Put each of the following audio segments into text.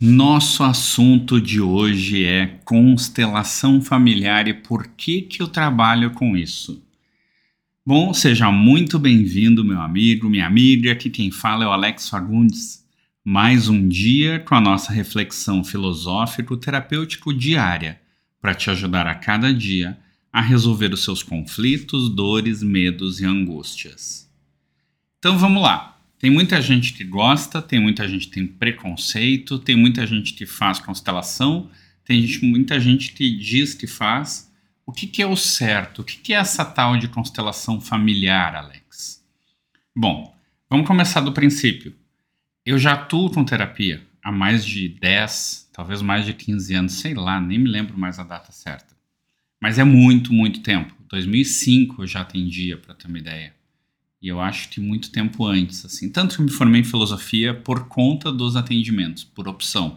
Nosso assunto de hoje é constelação familiar e por que eu trabalho com isso. Bom, seja muito bem-vindo, meu amigo, minha amiga. Aqui quem fala é o Alex Fagundes. Mais um dia com a nossa reflexão filosófico-terapêutico diária para te ajudar a cada dia a resolver os seus conflitos, dores, medos e angústias. Então vamos lá. Tem muita gente que gosta, tem muita gente que tem preconceito, tem muita gente que faz constelação, muita gente que diz que faz. O que é o certo? O que é essa tal de constelação familiar, Alex? Bom, vamos começar do princípio. Eu já atuo com terapia há mais de 10, talvez mais de 15 anos, sei lá, nem me lembro mais a data certa. Mas é muito, muito tempo. 2005 eu já atendia, para ter uma ideia. E eu acho que muito tempo antes, assim. Tanto que eu me formei em filosofia por conta dos atendimentos, por opção.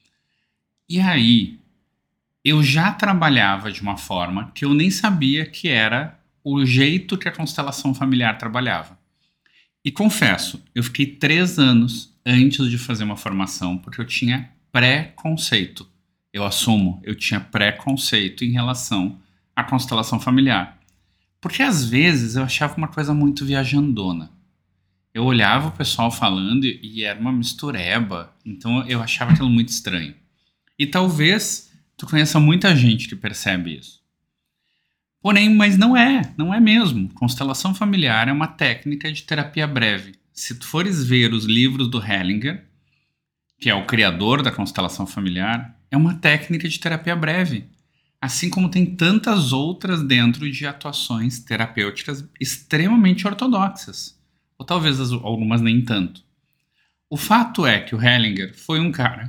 E aí, eu já trabalhava de uma forma que eu nem sabia que era o jeito que a constelação familiar trabalhava. E confesso, eu fiquei 3 anos antes de fazer uma formação, porque eu tinha preconceito. Eu assumo, eu tinha preconceito em relação à constelação familiar. Porque às vezes eu achava uma coisa muito viajandona. Eu olhava o pessoal falando e era uma mistureba, então eu achava aquilo muito estranho. E talvez tu conheça muita gente que percebe isso. Porém, mas não é mesmo. Constelação familiar é uma técnica de terapia breve. Se tu fores ver os livros do Hellinger, que é o criador da constelação familiar, é uma técnica de terapia breve. Assim como tem tantas outras dentro de atuações terapêuticas extremamente ortodoxas. Ou talvez algumas nem tanto. O fato é que o Hellinger foi um cara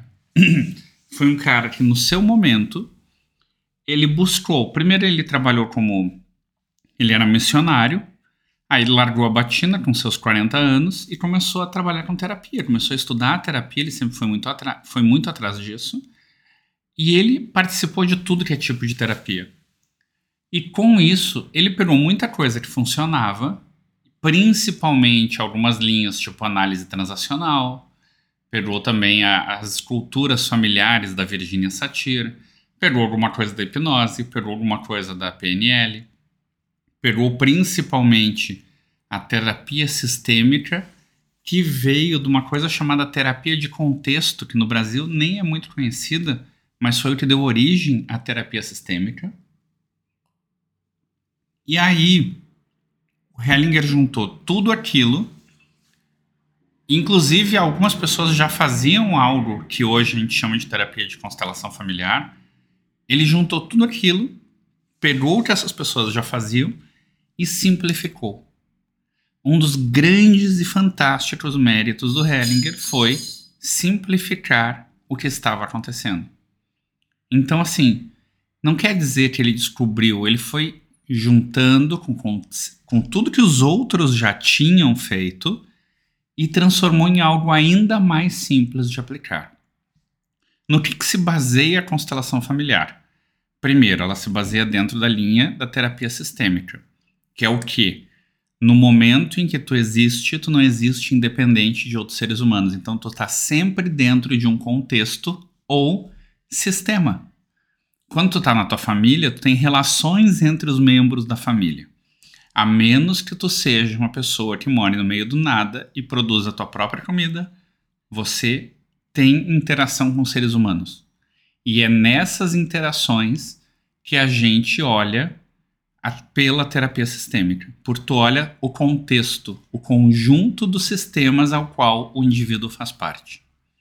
que no seu momento ele buscou, primeiro ele trabalhou ele era missionário, aí ele largou a batina com seus 40 anos e começou a trabalhar com terapia, começou a estudar a terapia, ele sempre foi muito atrás disso. E ele participou de tudo que é tipo de terapia. E com isso, ele pegou muita coisa que funcionava, principalmente algumas linhas tipo análise transacional, pegou também as culturas familiares da Virginia Satir, pegou alguma coisa da hipnose, pegou alguma coisa da PNL, pegou principalmente a terapia sistêmica, que veio de uma coisa chamada terapia de contexto, que no Brasil nem é muito conhecida, mas foi o que deu origem à terapia sistêmica. E aí, o Hellinger juntou tudo aquilo, inclusive algumas pessoas já faziam algo que hoje a gente chama de terapia de constelação familiar. Ele juntou tudo aquilo, pegou o que essas pessoas já faziam e simplificou. Um dos grandes e fantásticos méritos do Hellinger foi simplificar o que estava acontecendo. Então, assim, não quer dizer que ele descobriu, ele foi juntando com tudo que os outros já tinham feito e transformou em algo ainda mais simples de aplicar. No que se baseia a constelação familiar? Primeiro, ela se baseia dentro da linha da terapia sistêmica, que é o quê? No momento em que tu existe, tu não existe independente de outros seres humanos. Então, tu está sempre dentro de um contexto ou sistema. Quando tu tá na tua família, tu tem relações entre os membros da família. A menos que tu seja uma pessoa que mora no meio do nada e produza a tua própria comida, você tem interação com seres humanos. E é nessas interações que a gente olha pela terapia sistêmica. Porque tu olha o contexto, o conjunto dos sistemas ao qual o indivíduo faz parte.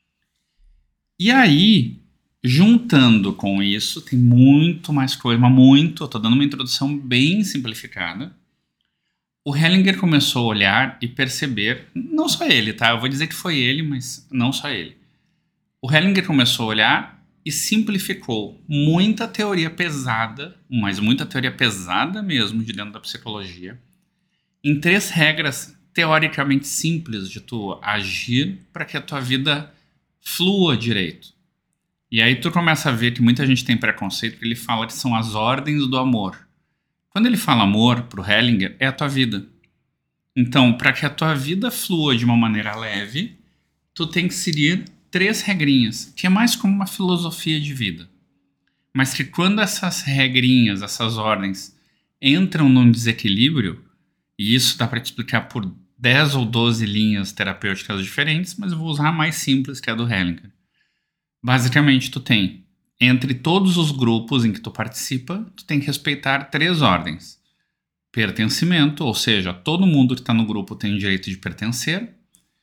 E aí, juntando com isso, tem muito mais coisa, eu tô dando uma introdução bem simplificada. O Hellinger começou a olhar e perceber, não só ele, tá? Eu vou dizer que foi ele, mas não só ele. O Hellinger começou a olhar e simplificou muita teoria pesada, mas muita teoria pesada mesmo de dentro da psicologia, em 3 regras teoricamente simples de tu agir para que a tua vida flua direito. E aí tu começa a ver que muita gente tem preconceito, porque ele fala que são as ordens do amor. Quando ele fala amor pro Hellinger, é a tua vida. Então, para que a tua vida flua de uma maneira leve, tu tem que seguir 3 regrinhas, que é mais como uma filosofia de vida. Mas que quando essas regrinhas, essas ordens, entram num desequilíbrio, e isso dá para te explicar por 10 ou 12 linhas terapêuticas diferentes, mas eu vou usar a mais simples, que é a do Hellinger. Basicamente, tu tem, entre todos os grupos em que tu participa, tu tem que respeitar 3 ordens. Pertencimento, ou seja, todo mundo que está no grupo tem o direito de pertencer.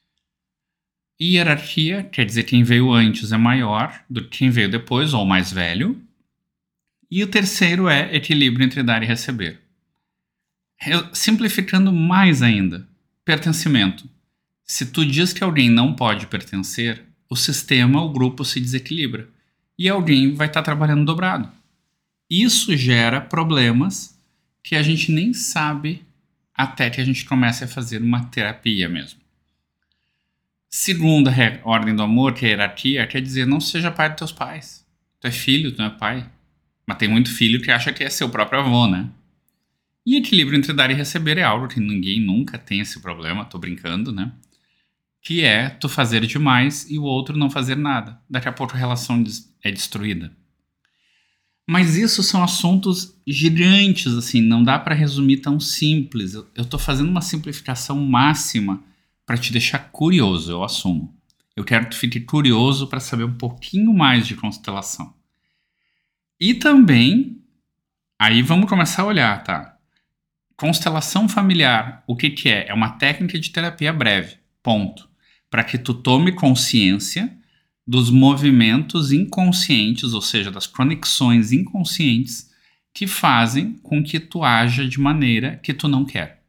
Hierarquia, quer dizer, quem veio antes é maior do que quem veio depois, ou mais velho. E o terceiro é equilíbrio entre dar e receber. Simplificando mais ainda, pertencimento. Se tu diz que alguém não pode pertencer, o sistema, o grupo se desequilibra. E alguém vai estar trabalhando dobrado. Isso gera problemas que a gente nem sabe até que a gente comece a fazer uma terapia mesmo. Segunda ordem do amor, que é a hierarquia, quer dizer, não seja pai dos teus pais. Tu é filho, tu não é pai. Mas tem muito filho que acha que é seu próprio avô, né? E equilíbrio entre dar e receber é algo que ninguém nunca tem esse problema, tô brincando, né? Que é tu fazer demais e o outro não fazer nada. Daqui a pouco a relação é destruída. Mas isso são assuntos gigantes, assim, não dá para resumir tão simples. Eu tô fazendo uma simplificação máxima para te deixar curioso, eu assumo. Eu quero que tu fique curioso para saber um pouquinho mais de constelação. E também, aí vamos começar a olhar, tá? Constelação familiar, o que é? É uma técnica de terapia breve, ponto. Para que tu tome consciência dos movimentos inconscientes, ou seja, das conexões inconscientes que fazem com que tu haja de maneira que tu não quer.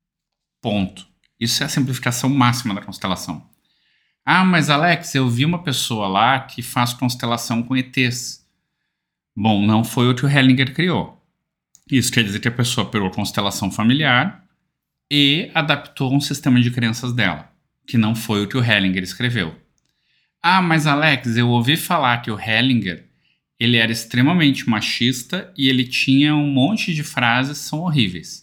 Ponto. Isso é a simplificação máxima da constelação. Ah, mas Alex, eu vi uma pessoa lá que faz constelação com ETs. Bom, não foi o que o Hellinger criou. Isso quer dizer que a pessoa pegou constelação familiar e adaptou um sistema de crenças dela, que não foi o que o Hellinger escreveu. Ah, mas Alex, eu ouvi falar que o Hellinger, ele era extremamente machista e ele tinha um monte de frases que são horríveis.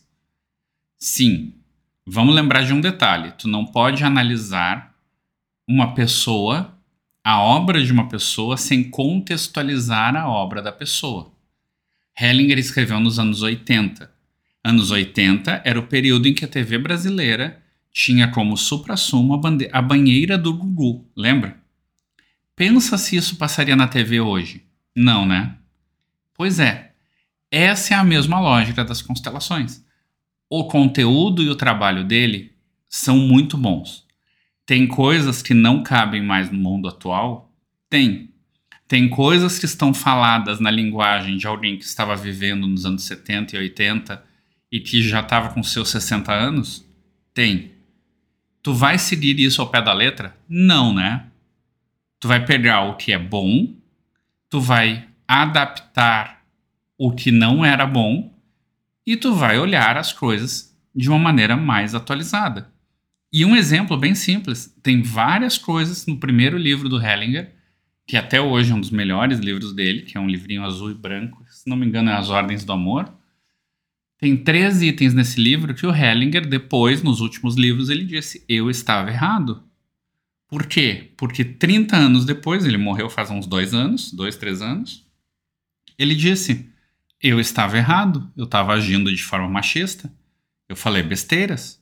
Sim, vamos lembrar de um detalhe. Tu não pode analisar uma pessoa, a obra de uma pessoa, sem contextualizar a obra da pessoa. Hellinger escreveu nos anos 80. Anos 80 era o período em que a TV brasileira tinha como suprassumo a banheira do Gugu, lembra? Pensa se isso passaria na TV hoje. Não, né? Pois é, essa é a mesma lógica das constelações. O conteúdo e o trabalho dele são muito bons. Tem coisas que não cabem mais no mundo atual? Tem. Tem coisas que estão faladas na linguagem de alguém que estava vivendo nos anos 70 e 80 e que já estava com seus 60 anos? Tem. Tu vai seguir isso ao pé da letra? Não, né? Tu vai pegar o que é bom, tu vai adaptar o que não era bom e tu vai olhar as coisas de uma maneira mais atualizada. E um exemplo bem simples, tem várias coisas no primeiro livro do Hellinger, que até hoje é um dos melhores livros dele, que é um livrinho azul e branco, se não me engano é As Ordens do Amor. Tem 3 itens nesse livro que o Hellinger, depois, nos últimos livros, ele disse, eu estava errado. Por quê? Porque 30 anos depois, ele morreu faz uns 2 anos, 2, 3 anos, ele disse, eu estava errado, eu estava agindo de forma machista, eu falei besteiras.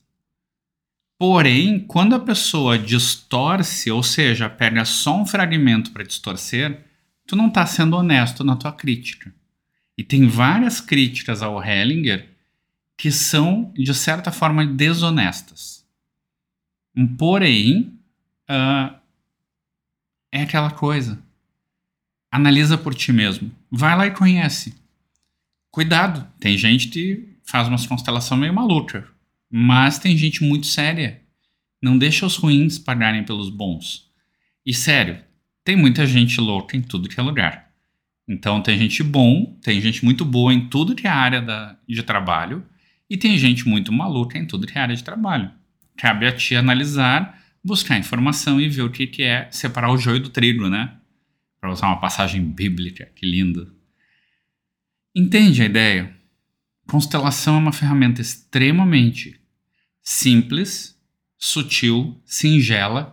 Porém, quando a pessoa distorce, ou seja, pega só um fragmento para distorcer, tu não está sendo honesto na tua crítica. E tem várias críticas ao Hellinger que são, de certa forma, desonestas. Porém, é aquela coisa. Analisa por ti mesmo. Vai lá e conhece. Cuidado, tem gente que faz umas constelações meio maluca, mas tem gente muito séria. Não deixa os ruins pagarem pelos bons. E sério, tem muita gente louca em tudo que é lugar. Então tem gente muito boa em tudo que é área de trabalho, e tem gente muito maluca em tudo que é área de trabalho. Cabe a ti analisar, buscar informação e ver o que é separar o joio do trigo, né? Para usar uma passagem bíblica, que lindo. Entende a ideia? Constelação é uma ferramenta extremamente simples, sutil, singela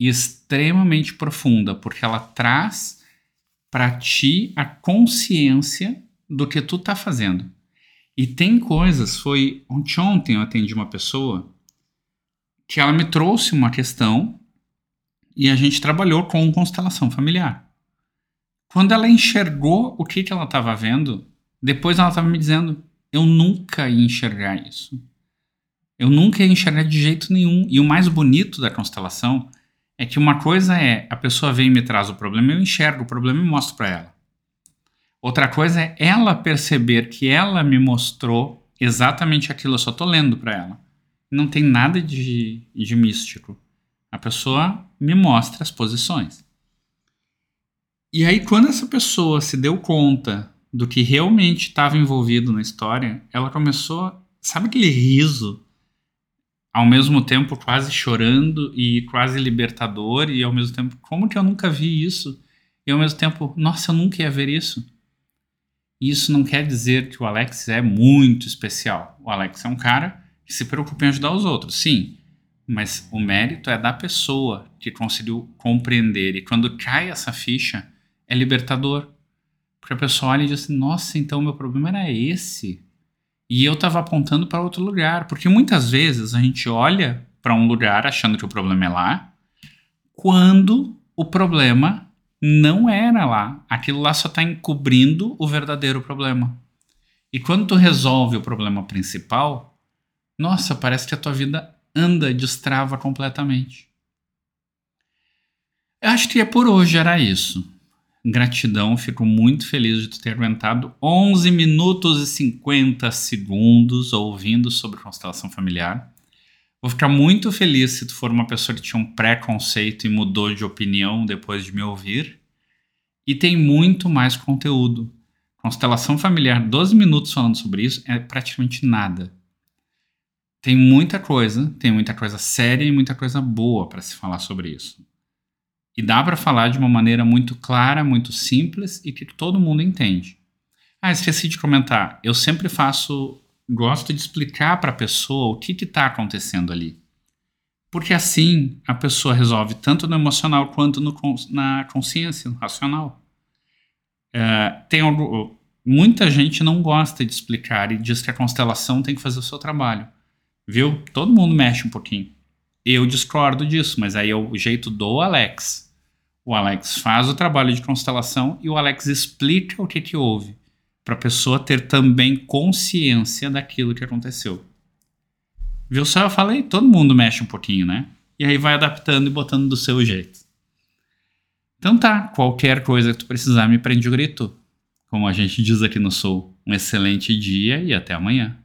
extremamente profunda, porque ela traz para ti a consciência do que tu tá fazendo. E tem coisas, foi ontem eu atendi uma pessoa que ela me trouxe uma questão e a gente trabalhou com constelação familiar. Quando ela enxergou o que ela estava vendo, depois ela estava me dizendo, eu nunca ia enxergar isso. Eu nunca ia enxergar de jeito nenhum. E o mais bonito da constelação é que uma coisa é, a pessoa vem e me traz o problema, eu enxergo o problema e mostro para ela. Outra coisa é ela perceber que ela me mostrou exatamente aquilo, eu só tô lendo para ela. Não tem nada de místico. A pessoa me mostra as posições. E aí, quando essa pessoa se deu conta do que realmente estava envolvido na história, ela começou, sabe aquele riso, ao mesmo tempo quase chorando e quase libertador, e ao mesmo tempo, como que eu nunca vi isso? E ao mesmo tempo, nossa, eu nunca ia ver isso. Isso não quer dizer que o Alex é muito especial. O Alex é um cara que se preocupa em ajudar os outros, sim. Mas o mérito é da pessoa que conseguiu compreender. E quando cai essa ficha, é libertador. Porque a pessoa olha e diz assim, nossa, então meu problema era esse. E eu estava apontando para outro lugar. Porque muitas vezes a gente olha para um lugar achando que o problema é lá, quando o problema não era lá. Aquilo lá só está encobrindo o verdadeiro problema. E quando tu resolve o problema principal, nossa, parece que a tua vida anda, destrava completamente. Eu acho que por hoje era isso. Gratidão, fico muito feliz de tu ter aguentado 11 minutos e 50 segundos ouvindo sobre constelação familiar. Vou ficar muito feliz se tu for uma pessoa que tinha um preconceito e mudou de opinião depois de me ouvir. E tem muito mais conteúdo. Constelação familiar, 12 minutos falando sobre isso, é praticamente nada. Tem muita coisa séria e muita coisa boa para se falar sobre isso. E dá para falar de uma maneira muito clara, muito simples e que todo mundo entende. Esqueci de comentar. Eu sempre gosto de explicar para a pessoa o que está acontecendo ali. Porque assim a pessoa resolve tanto no emocional quanto na consciência, no racional. Muita gente não gosta de explicar e diz que a constelação tem que fazer o seu trabalho. Viu? Todo mundo mexe um pouquinho. Eu discordo disso, mas aí é o jeito do Alex. O Alex faz o trabalho de constelação e o Alex explica o que houve, para a pessoa ter também consciência daquilo que aconteceu. Viu só? Eu falei, todo mundo mexe um pouquinho, né? E aí vai adaptando e botando do seu jeito. Então tá, qualquer coisa que tu precisar me prende o grito. Como a gente diz aqui no Sul, um excelente dia e até amanhã.